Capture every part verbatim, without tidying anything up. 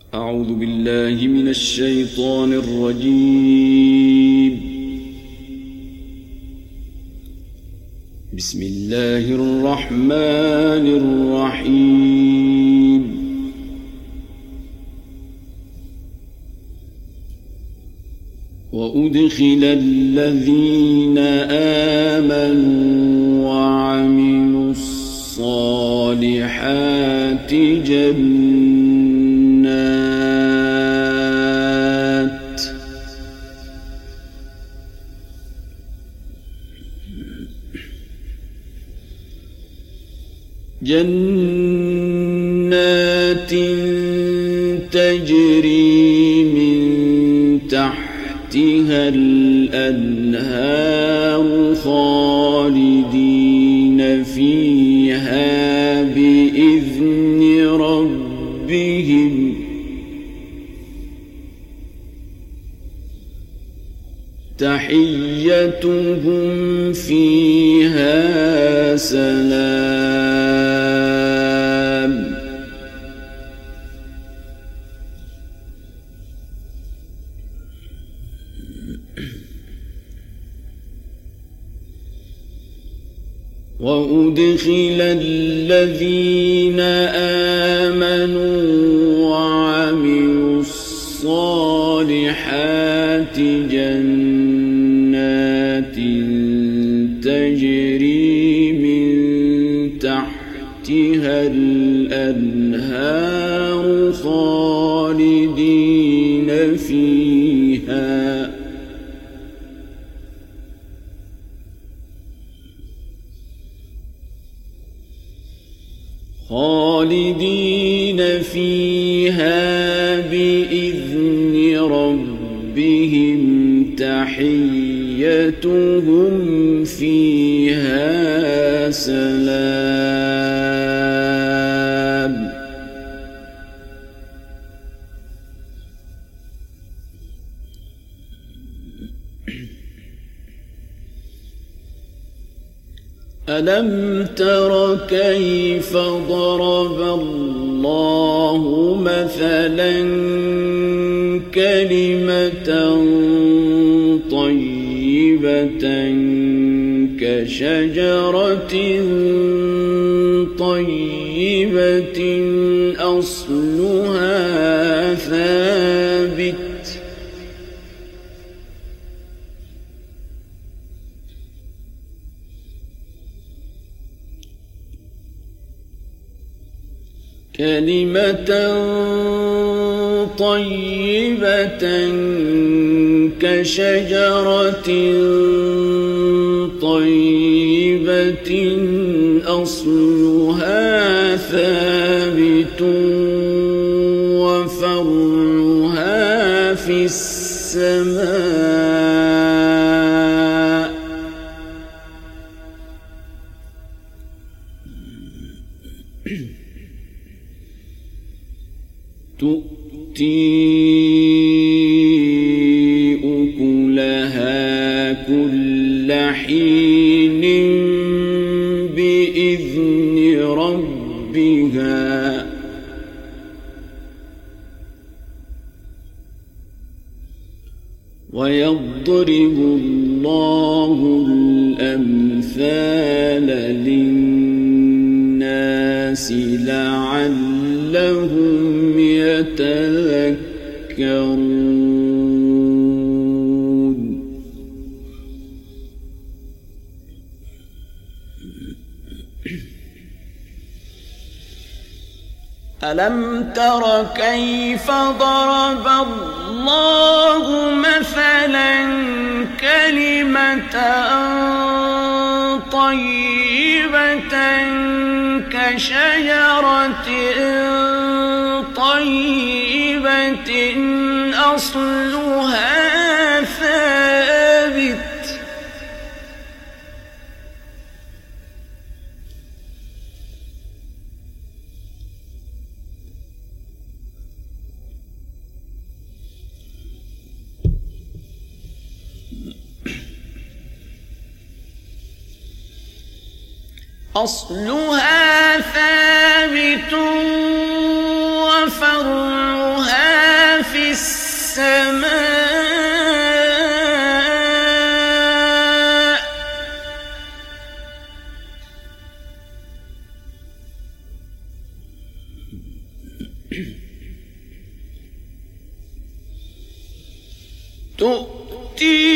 أعوذ بالله من الشيطان الرجيم. بسم الله الرحمن الرحيم. وأدخل الذين آمنوا وعملوا الصالحات جنات جنات تجري من تحتها الأنهار خالدين فيها بإذن ربهم تحيتهم فيها سلام. وأدخل الذين آمنوا وعملوا الصالحات جنات تجري من تحتها الأنهار خالدين فيها خالدين فيها بإذن ربهم تحيتهم فيها سلام. ألم تر كيف ضرب الله مثلا كلمة طيبة كشجرة طيبة أصلها ثابت كلمة طيبة كشجرة طيبة أصلها ثابت وفرعها في السماء تؤتي أكلها كل حين بإذن ربها ويضرب الله الأمثال للناس لعلهم يتذكرون. ألم تر كيف ضرب الله مثلا كلمة طيبة كشجرة طيبة أصلها ثابت أصلها ثابت وفرعها السماء تؤتي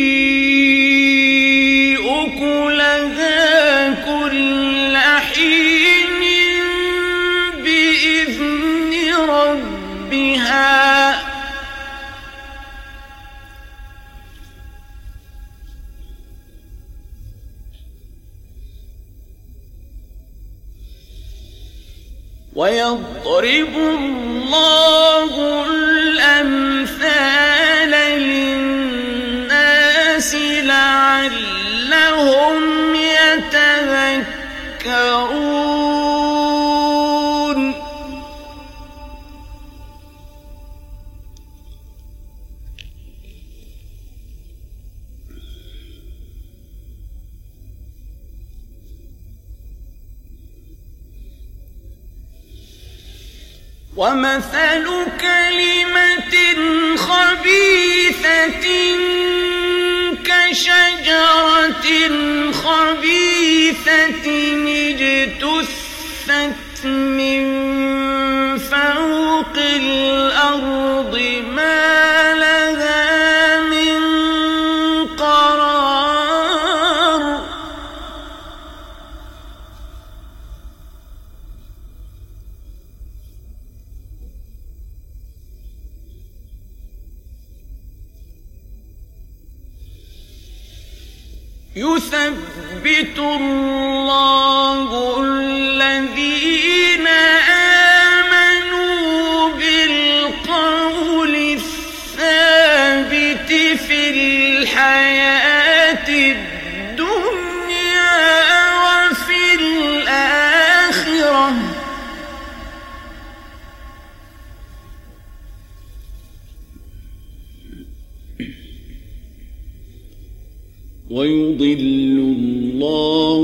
أكلها كل حين بإذن ربها ويضرب الله الأمثال للناس لعلهم يتذكرون ومثل كلمة خبيثة كشجرة خبيثة اجتثت من فوق الأرض ما لها من قرار يثبت الله الذين آمنوا بالقول الثابت في الحياة الدنيا وفي الآخرة ويضل الله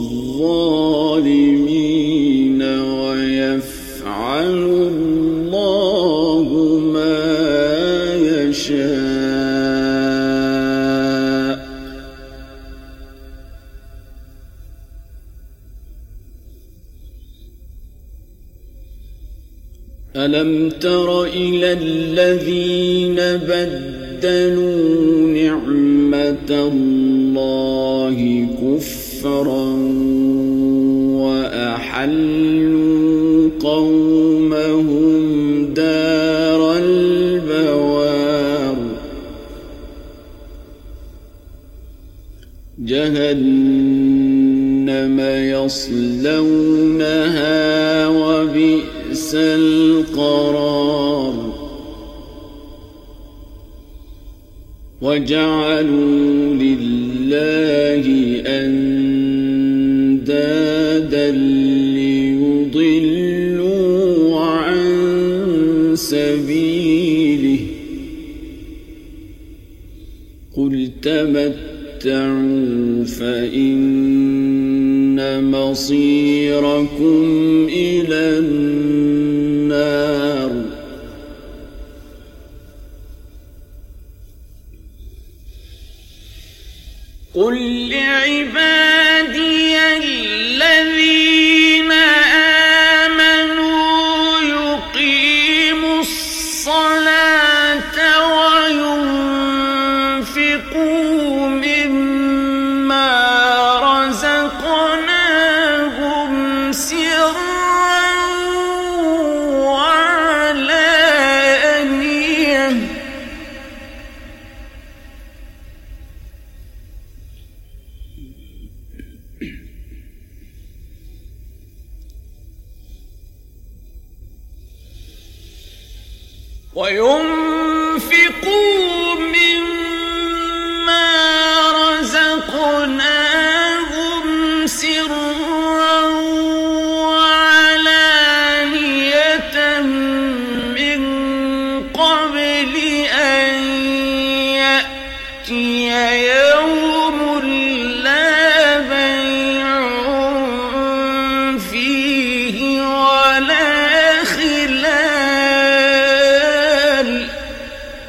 الظالمين ويفعل الله ما يشاء ألم تر إلى الذين بدلوا نعمة الله كفرا وأحلوا قومهم دار البوار جهنم يصلونها وبئس القرار وجعلوا لله أندادا ليضلوا عن سبيله قل تمتعوا فإن مصيركم إلى النار قل لعبادي الذين آمنوا يقيموا الصلاة وينفقوا مما رزقناهم سرا وعلانية وينفقوا مما رزقناهم سرا وعلانية من قبل أن يأتي يوم لا بيع فيه ولا خلال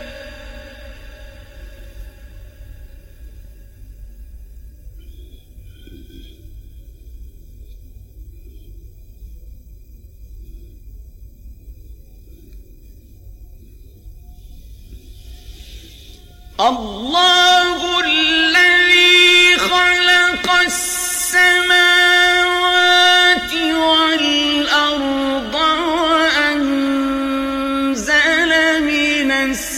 الله الذي خلق السماوات والأرض وأنزل من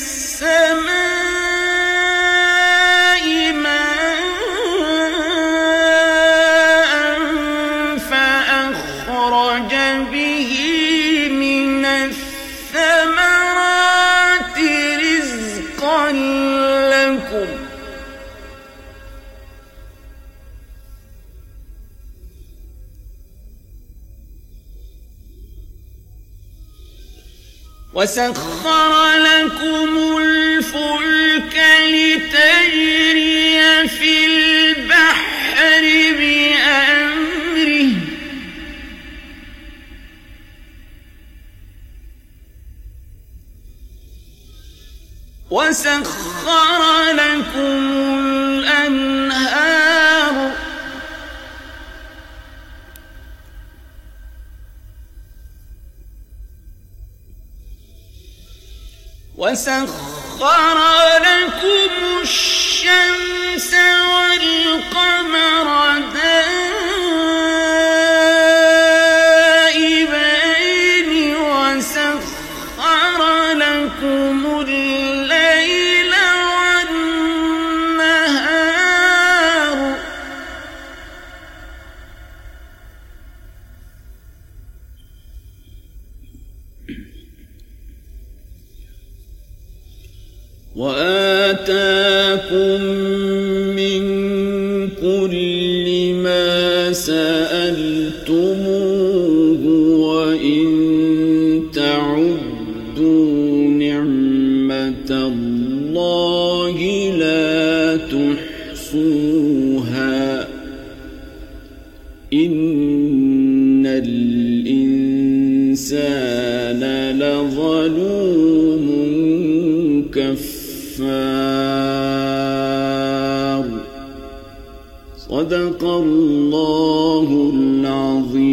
السماء ماء فأخرج به من الثمرات رزقا لكم وسخر لكم الفلك لتجري في البحر بأمره وسخر لكم الأنهار وسخر لكم الشمس والقمر دائبين وسخر لكم الليل والنهار وآتاكم من كل ما سألتموه وإن تعدوا نعمة الله لا تحصوها إن الإنسان لظلوم كفار صدق الله العظيم.